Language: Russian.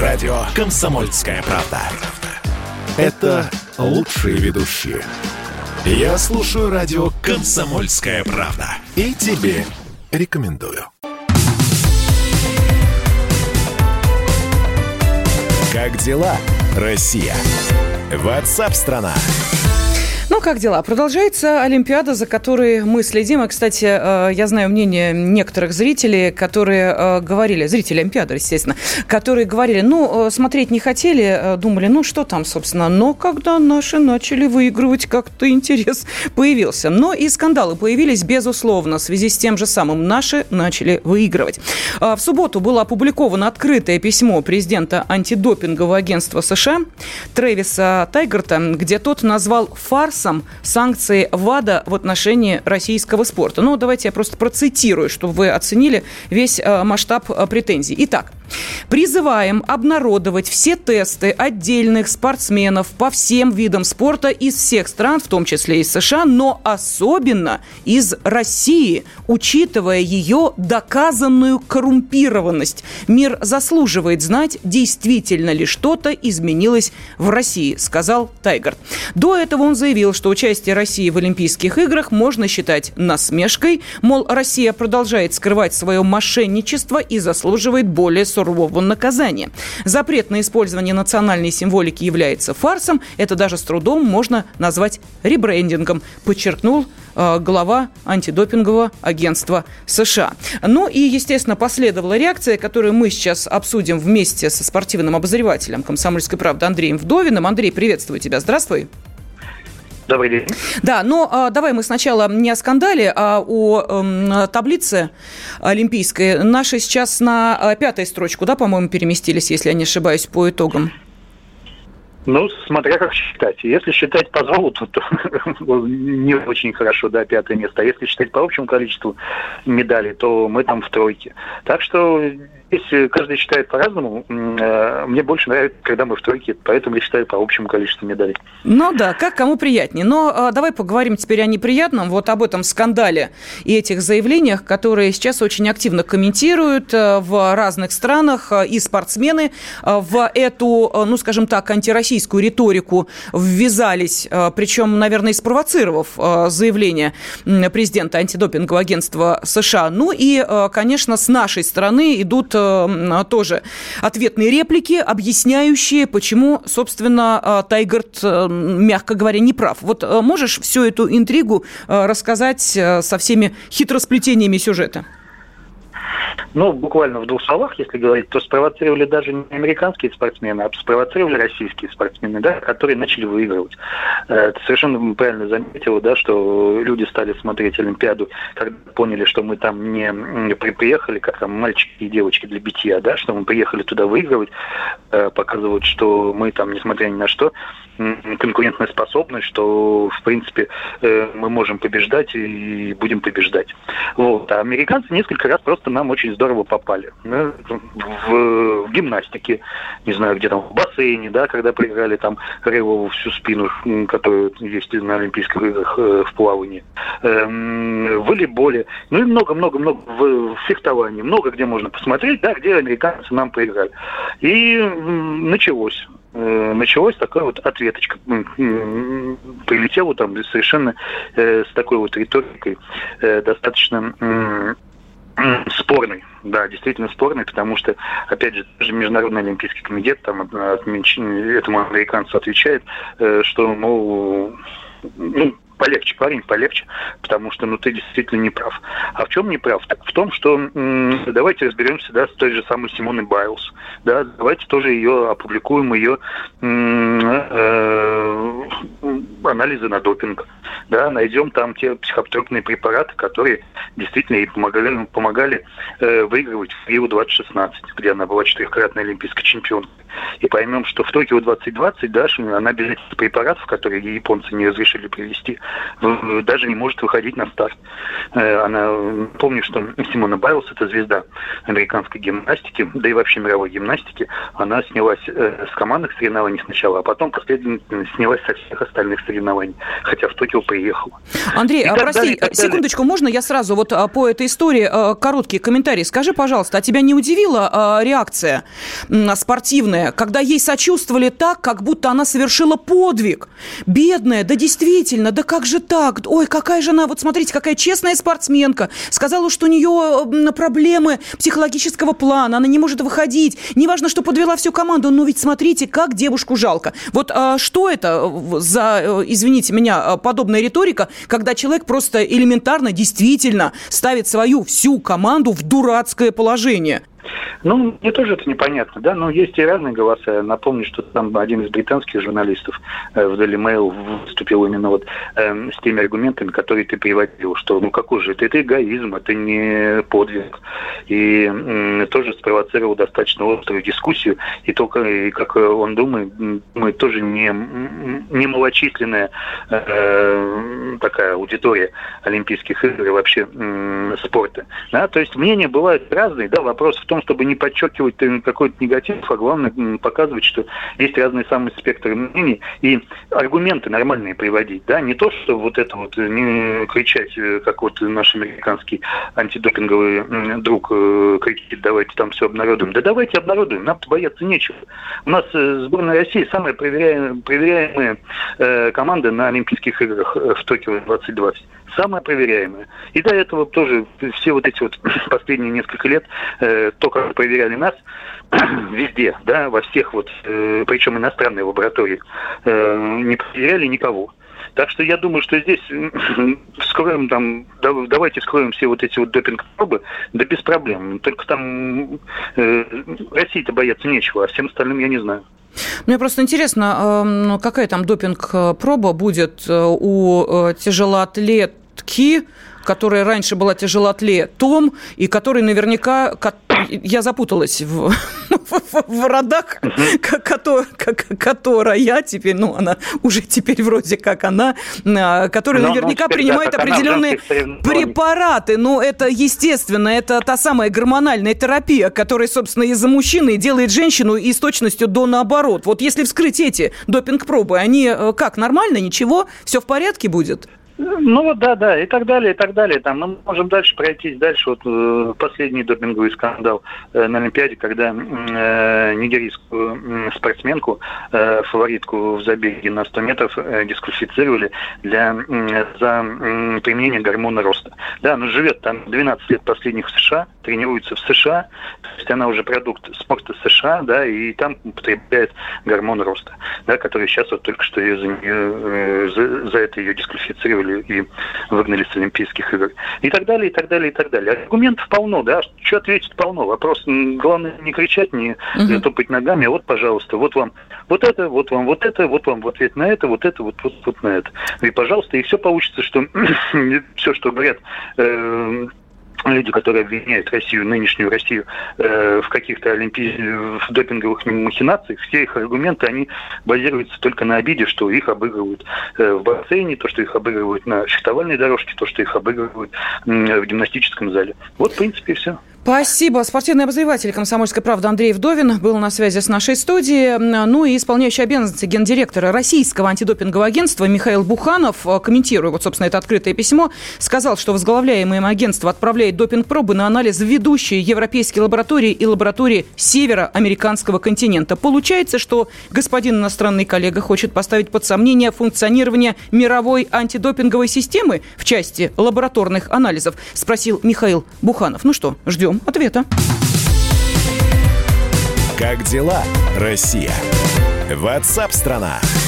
Радио «Комсомольская правда». Это лучшие ведущие. Я слушаю радио «Комсомольская правда». И тебе рекомендую. Как дела, Россия? WhatsApp-страна. Ну, как дела? Продолжается Олимпиада, за которой мы следим. И, кстати, я знаю мнение некоторых зрителей, которые говорили, зрители Олимпиады, естественно, которые говорили, смотреть не хотели, думали, что там, собственно. Но когда наши начали выигрывать, как-то интерес появился. Но и скандалы появились, безусловно, в связи с тем же самым. Наши начали выигрывать. В субботу было опубликовано открытое письмо президента антидопингового агентства США Трэвиса Тайгарта, где тот назвал фарсом санкции ВАДА в отношении российского спорта. Давайте я просто процитирую, чтобы вы оценили весь масштаб претензий. Итак, призываем обнародовать все тесты отдельных спортсменов по всем видам спорта из всех стран, в том числе из США, но особенно из России, учитывая ее доказанную коррумпированность. Мир заслуживает знать, действительно ли что-то изменилось в России, сказал Тайгарт. До этого он заявил, что участие России в Олимпийских играх можно считать насмешкой. Мол, Россия продолжает скрывать свое мошенничество и заслуживает более сурового наказания. Запрет на использование национальной символики является фарсом. Это даже с трудом можно назвать ребрендингом, подчеркнул глава антидопингового агентства США. И, естественно, последовала реакция, которую мы сейчас обсудим вместе со спортивным обозревателем «Комсомольской правды» Андреем Вдовиным. Андрей, приветствую тебя. Здравствуй. Добрый день. Да, давай мы сначала не о скандале, а о таблице олимпийской. Наши сейчас на 5-ю строчку, по-моему, переместились, если я не ошибаюсь, по итогам. Смотря как считать. Если считать по золоту, то не очень хорошо, 5-е место. А если считать по общему количеству медалей, то мы там в тройке. Так что здесь каждый считает по-разному. Мне больше нравится, когда мы в тройке, поэтому я считаю по общему количеству медалей. Как кому приятнее. Но давай поговорим теперь о неприятном, об этом скандале и этих заявлениях, которые сейчас очень активно комментируют в разных странах, и спортсмены в эту, антироссийскую риторику ввязались, причем, наверное, спровоцировав заявление президента антидопингового агентства США. И, конечно, с нашей стороны идут тоже ответные реплики, объясняющие, почему, собственно, Тайгарт, мягко говоря, не прав. Можешь всю эту интригу рассказать со всеми хитросплетениями сюжета? Буквально в 2 словах, если говорить, то спровоцировали даже не американские спортсмены, а спровоцировали российские спортсмены, которые начали выигрывать. Ты совершенно правильно заметил, что люди стали смотреть Олимпиаду, когда поняли, что мы там не приехали, как там мальчики и девочки для битья, что мы приехали туда выигрывать, показывать, что мы там, несмотря ни на что, конкурентоспособны, что, в принципе, мы можем побеждать и будем побеждать. А американцы несколько раз просто нам очень здорово попали. В гимнастике, не знаю, где там, в бассейне, когда проиграли там Рывову всю спину, которая есть на Олимпийских играх в плавании, в волейболе, и много-много-много в фехтовании, много где можно посмотреть, где американцы нам проиграли. И началась такая ответочка. Прилетела там совершенно с такой риторикой достаточно спорный, действительно спорный, потому что, опять же, даже Международный олимпийский комитет этому американцу отвечает, что, полегче, парень, полегче, потому что, ты действительно не прав. А в чем не прав? Так в том, что давайте разберемся, с той же самой Симоной Байлз, давайте тоже ее опубликуем, ее анализы на допинг, найдем там те психотропные препараты, которые действительно ей помогали выигрывать в Рио-2016, где она была 4-кратной олимпийской чемпионкой. И поймем, что в Токио 2020, она без этих препаратов, которые японцы не разрешили привезти, даже не может выходить на старт. Помню, что Симона Байлз, это звезда американской гимнастики, да и вообще мировой гимнастики, она снялась с командных соревнований сначала, а потом последовательно снялась со всех остальных соревнований, хотя в Токио приехала. Андрей, прости, секундочку, можно я сразу вот по этой истории короткий комментарий? Скажи, пожалуйста, а тебя не удивила реакция спортивная, когда ей сочувствовали так, как будто она совершила подвиг? Бедная, да действительно, да как же так? Ой, какая же она, вот смотрите, какая честная спортсменка. Сказала, что у нее проблемы психологического плана, она не может выходить. Неважно, что подвела всю команду, но ведь смотрите, как девушку жалко. Вот что это за, извините меня, подобная риторика, когда человек просто элементарно, действительно ставит свою всю команду в дурацкое положение? Ну, мне тоже это непонятно, да, но есть и разные голоса. Я напомню, что там один из британских журналистов в Daily Mail выступил именно вот с теми аргументами, которые ты приводил, что ну какой же это эгоизм, это не подвиг. И тоже спровоцировал достаточно острую дискуссию. И только, и, как он думает, мы тоже не малочисленная такая аудитория Олимпийских игр и вообще спорта. Да? То есть мнения бывают разные, да, вопрос в том, чтобы не подчеркивать какой-то негатив, а главное показывать, что есть разный самый спектр мнений и аргументы нормальные приводить, да, не то, что вот это вот не кричать, как вот наш американский антидопинговый друг кричит, давайте там все обнародуем. Да давайте обнародуем, нам-то бояться нечего. У нас сборная России самая проверяемая команда на Олимпийских играх в Токио 2020. Самая проверяемая. И до этого тоже все вот эти вот последние несколько лет, то, как проверяли нас везде, да, во всех вот, причем иностранные лаборатории, не проверяли никого. Так что я думаю, что здесь вскроем там, давайте вскроем все вот эти вот допинг-пробы, да без проблем. Только там России-то бояться нечего, а всем остальным я не знаю. Мне просто интересно, какая там допинг-проба будет у тяжелоатлетки, которая раньше была тяжелоатлетом, и который наверняка... Я запуталась в родах, которая теперь, ну, она уже теперь вроде как она, которая наверняка принимает определенные препараты. Но это естественно, это та самая гормональная терапия, которая, собственно, из-за мужчины делает женщину и с точностью до наоборот. Вот если вскрыть эти допинг-пробы, они как, нормально, ничего, все в порядке будет? Ну вот да, и так далее, и так далее. Там мы можем дальше пройтись дальше. Вот последний допинговый скандал на Олимпиаде, когда нигерийскую спортсменку, фаворитку в забеге на 100 метров, дисквалифицировали за применение гормона роста. Да, она живет там 12 лет последних в США, тренируется в США, то есть она уже продукт спорта США, да, и там употребляет гормон роста, да, который сейчас вот только что за это ее дисквалифицировали и выгнали с Олимпийских игр. И так далее, и так далее, и так далее. Аргументов полно, да, что ответить полно. Вопрос, главное, не кричать, не топать ногами, а вот, пожалуйста, вот вам вот это, вот вам вот это, вот вам в ответ на это, вот на это. И, пожалуйста, и все получится, что все, что говорят люди, которые обвиняют Россию, нынешнюю Россию, в каких-то в допинговых махинациях, все их аргументы, они базируются только на обиде, что их обыгрывают в бассейне, то, что их обыгрывают на фехтовальной дорожке, то, что их обыгрывают в гимнастическом зале. Вот, в принципе, и все. Спасибо. Спортивный обозреватель «Комсомольской правды» Андрей Вдовин был на связи с нашей студией. Ну и исполняющий обязанности гендиректора Российского антидопингового агентства Михаил Буханов, комментируя вот, собственно, это открытое письмо, сказал, что возглавляемое им агентство отправляет допинг-пробы на анализ в ведущие европейские лаборатории и лаборатории североамериканского континента. Получается, что господин иностранный коллега хочет поставить под сомнение функционирование мировой антидопинговой системы в части лабораторных анализов, спросил Михаил Буханов. Ну что, ждем ответа. Как дела, Россия? WhatsApp-страна.